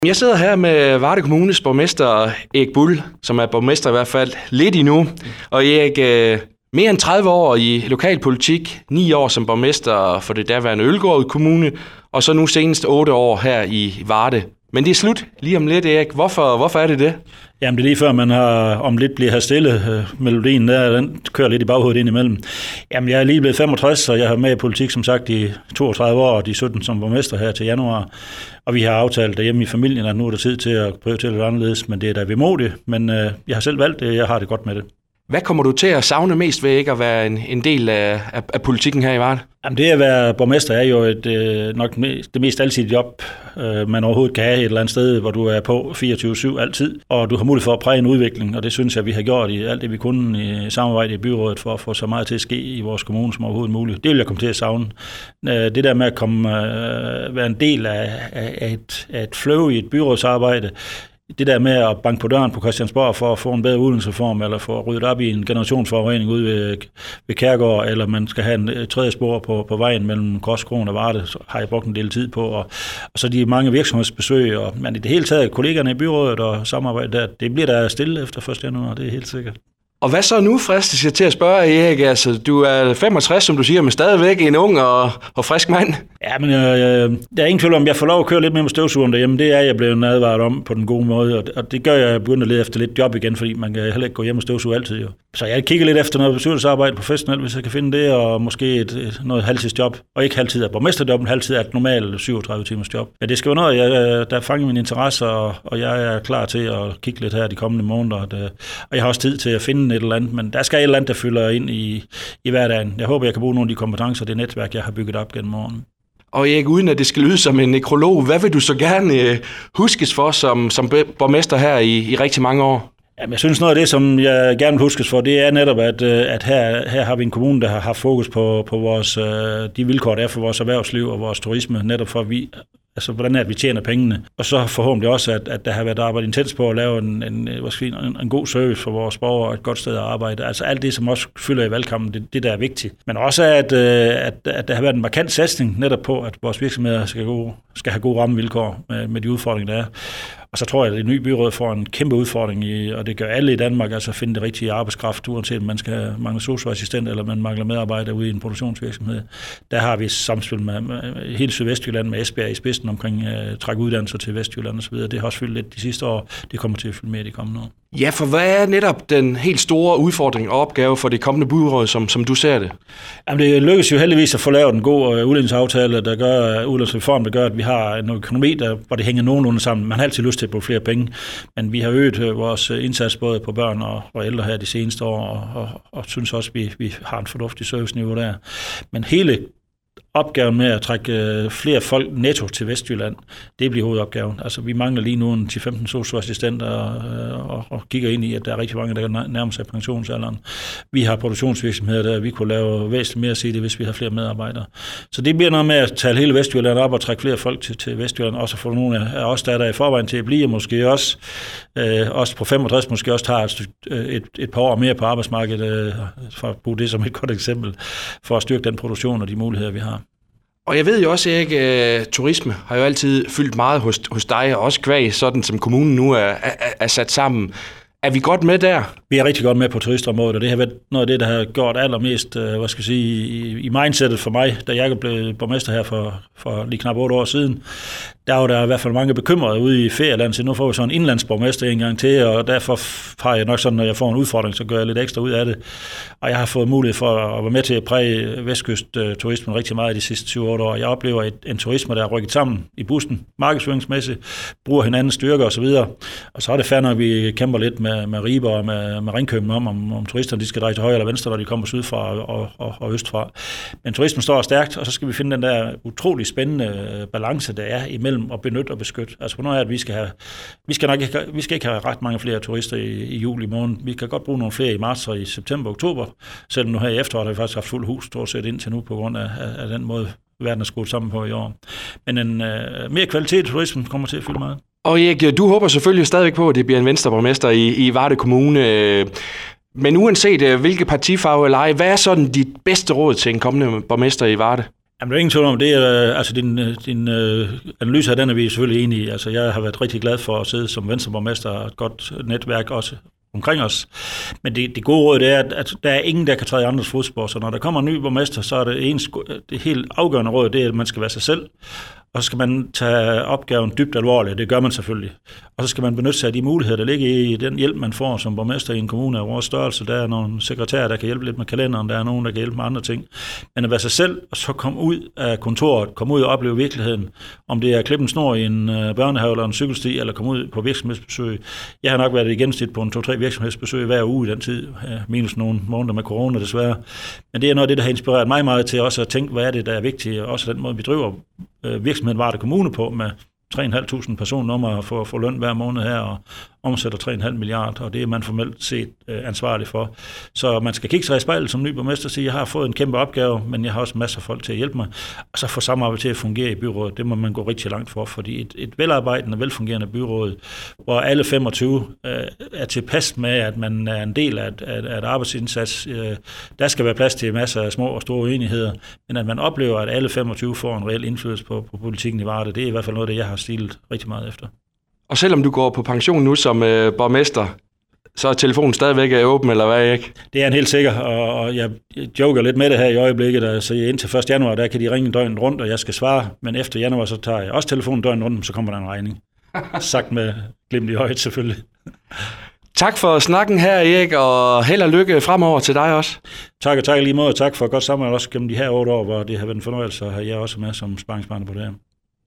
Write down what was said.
Jeg sidder her med Varde Kommunes borgmester Erik Bull, som er borgmester i hvert fald lidt endnu. Og Erik, mere end 30 år i lokalpolitik, 9 år som borgmester for det daværende Ølgård Kommune, og så nu senest 8 år her i Varde. Men det er slut lige om lidt, Erik. Hvorfor er det det? Jamen det er lige før man har om lidt bliver her stille. Melodien der, den kører lidt i baghovedet indimellem. Jamen jeg er lige blevet 65, og jeg har med i politik som sagt i 32 år, og de 17 som borgmester her til januar. Og vi har aftalt derhjemme i familien, at nu er der tid til at prioritere lidt anderledes, men det er da vemodigt. Men jeg har selv valgt det, jeg har det godt med det. Hvad kommer du til at savne mest ved ikke at være en del af politikken her i Varde? Jamen det at være borgmester er jo nok det mest alsidige job, man overhovedet kan have et eller andet sted, hvor du er på 24/7 altid, og du har mulighed for at præge en udvikling, og det synes jeg, vi har gjort i alt det, vi kunne i samarbejde i byrådet for at få så meget til at ske i vores kommune som overhovedet muligt. Det vil jeg komme til at savne. Det der med at være en del af et flow i et byrådsarbejde, det der med at banke på døren på Christiansborg for at få en bedre uddannelsesreform, eller få ryddet op i en generationsforurening ude ved Kærgård, eller man skal have en tredje spor på vejen mellem Korskroen og Varde, så har jeg brugt en del tid på. Og så de mange virksomhedsbesøg, men i det hele taget kollegerne i byrådet og samarbejde der, det bliver der stille efter 1. januar, det er helt sikkert. Og hvad så nu, fristes jeg til at spørge, Erik? Altså, du er 65, som du siger, men stadigvæk en ung og frisk mand. Ja, men der er ingen tvivl om, jeg får lov at køre lidt mere med støvsugeren derhjemme. Det er jeg blevet advaret om på den gode måde, og det gør jeg begyndt at lede efter lidt job igen, fordi man kan heller ikke gå hjem og støvsuge altid jo. Så jeg kigger lidt efter noget bestyrelsesarbejde professionelt, hvis jeg kan finde det, og måske noget halvtidsjob. Og ikke halvtid af borgmesterjob, men halvtid af et normalt 37 timers job. Men det skal jo noget, der fanger min interesse, og jeg er klar til at kigge lidt her de kommende måneder. Og jeg har også tid til at finde et eller andet, men der skal et eller andet, der fylder ind i hverdagen. Jeg håber, jeg kan bruge nogle af de kompetencer, det netværk, jeg har bygget op gennem årene. Og Erik, uden at det skal lyde som en nekrolog, hvad vil du så gerne huskes for som borgmester her i rigtig mange år? Jamen, jeg synes noget af det, som jeg gerne vil huskes for, det er netop, at her har vi en kommune, der har haft fokus på vores, de vilkår, der er for vores erhvervsliv og vores turisme, netop for hvordan er det, vi tjener pengene. Og så forhåbentlig også, at der har været arbejdet intens på at lave en god service for vores borgere og et godt sted at arbejde. Altså alt det, som også fylder i valgkampen, det der er vigtigt. Men også, at der har været en markant satsning netop på, at vores virksomheder skal have gode rammevilkår med de udfordringer, der er. Og så tror jeg, at det nye byråd får en kæmpe udfordring og det gør alle i Danmark, altså at finde det rigtige arbejdskraft, uanset om man skal mangle sosu-assistent eller man mangler medarbejdere ude i en produktionsvirksomhed. Der har vi samspil med hele Sydvestjylland med Esbjerg i spidsen omkring trække uddannelser til Vestjylland osv. Det har også fyldt lidt de sidste år. Det kommer til at fylde mere de kommende år. Ja, for hvad er netop den helt store udfordring og opgave for det kommende byråd, som du ser det? Jamen, det lykkes jo heldigvis at få lavet en god udlændighedsaftale, udlændigheddsreform, der gør, at vi har en økonomi, hvor det hænger nogenlunde sammen. Man har altid lyst til at bruge flere penge, men vi har øget vores indsats både på børn og ældre her de seneste år, og synes også, at vi har en fornuftig serviceniveau der. Men hele opgaven med at trække flere folk netto til Vestjylland, det bliver hovedopgaven. Altså, vi mangler lige nu 10-15 sosu-assistenter og kigger ind i, at der er rigtig mange, der nærmer sig pensionsalderen. Vi har produktionsvirksomheder, der vi kunne lave væsentligt mere CD, hvis vi har flere medarbejdere. Så det bliver noget med at tale hele Vestjylland op og trække flere folk til Vestjylland, også for nogle af os, der er der i forvejen til at blive, måske også på 65, måske også tager et par år mere på arbejdsmarkedet, for at bruge det som et godt eksempel, for at styrke den produktion og de muligheder, vi har. Og jeg ved jo også, Erik, turisme har jo altid fyldt meget hos dig, og også kvæg, sådan som kommunen nu er sat sammen. Er vi godt med der? Vi er rigtig godt med på turistområdet, og det har været noget af det, der har gjort allermest, i mindsetet for mig, da jeg blev borgmester her for lige knap 8 år siden. Der var der i hvert fald mange bekymrede ude i ferieland, så nu får vi sådan en indlandsborgmester en gang til, og derfor har jeg nok sådan, når jeg får en udfordring, så gør jeg lidt ekstra ud af det. Og jeg har fået mulighed for at være med til at præge vestkystturismen rigtig meget de sidste 7-8 år. Jeg oplever en turisme, der er rykket sammen i bussen, markedsføringsmæssigt, bruger hinandens styrker osv. Og så er det fair, når vi kæmper lidt med Ribe og med Ringkøben om turisterne, de skal dreje til højre eller venstre, når de kommer sydfra og østfra. Men turismen står stærkt, og så skal vi finde den der utrolig spændende balance, der er imellem at benytte og beskytte. Altså hvornår er det, vi skal ikke have ret mange flere turister i juli måned. Vi kan godt bruge nogle flere i marts og i september og oktober. Selvom nu her i efteråret har vi faktisk haft fuld hus stort set indtil nu på grund af den måde, verden er skruet sammen på i år. Men en mere kvalitet i turismen kommer til at fylde meget. Og Erik, du håber selvfølgelig stadigvæk på, at det bliver en venstreborgmester i Varde Kommune. Men uanset hvilke partifarve eller ej, hvad er sådan dit bedste råd til en kommende borgmester i Varde? Jamen, der er ingen tvivl om det. Altså, din analyse af den er vi selvfølgelig enige i. Altså, jeg har været rigtig glad for at sidde som Venstreborgmester og et godt netværk også omkring os. Men det gode råd, det er, at der er ingen, der kan træde i andres fodspor. Så når der kommer en ny borgmester, så er det helt afgørende råd, det er, at man skal være sig selv. Og så skal man tage opgaven dybt alvorligt, det gør man selvfølgelig. Og så skal man benytte sig af de muligheder, der ligger i den hjælp, man får som borgmester i en kommune af vores størrelse. Der er nogle sekretærer, der kan hjælpe lidt med kalenderen, der er nogen, der kan hjælpe med andre ting. Men at være sig selv, og så komme ud af kontoret, komme ud og opleve virkeligheden. Om det er at klippe en snor i en børnehave eller en cykelsti, eller komme ud på virksomhedsbesøg. Jeg har nok været i gennemsnit på 2-3 virksomhedsbesøg hver uge i den tid, minus nogle måneder med corona desværre. Men det er noget af det, der har inspireret mig meget til også at tænke, hvad er det, der er vigtigt, og også den måde, vi driver virksomheden Varde Kommune på med 3.500 personnummer for at få løn hver måned her og omsætter 3,5 milliarder, og det er man formelt set ansvarlig for. Så man skal kigge sig i spejlet som ny borgmester og sige, jeg har fået en kæmpe opgave, men jeg har også masser af folk til at hjælpe mig, og så få samarbejdet til at fungere i byrådet. Det må man gå rigtig langt for, fordi et velarbejdende, velfungerende byråd, hvor alle 25 er tilpas med, at man er en del af et arbejdsindsats, der skal være plads til masser af små og store uenigheder, men at man oplever, at alle 25 får en reel indflydelse på politikken i Varde, det er i hvert fald noget, det jeg har stilet rigtig meget efter. Og selvom du går på pension nu som borgmester, så er telefonen stadigvæk åben, eller hvad, ikke? Det er en helt sikker, og jeg joker lidt med det her i øjeblikket, så indtil 1. januar, der kan de ringe døgnet rundt, og jeg skal svare, men efter januar, så tager jeg også telefonen døgnet rundt, så kommer der en regning. Sagt med glimt i øjet, selvfølgelig. Tak for snakken her, Erik, og held og lykke fremover til dig også. Tak og tak lige måde, og tak for et godt samarbejde også gennem de her 8 år, hvor det har været en fornøjelse at have jer også med som sparringspartner på det her.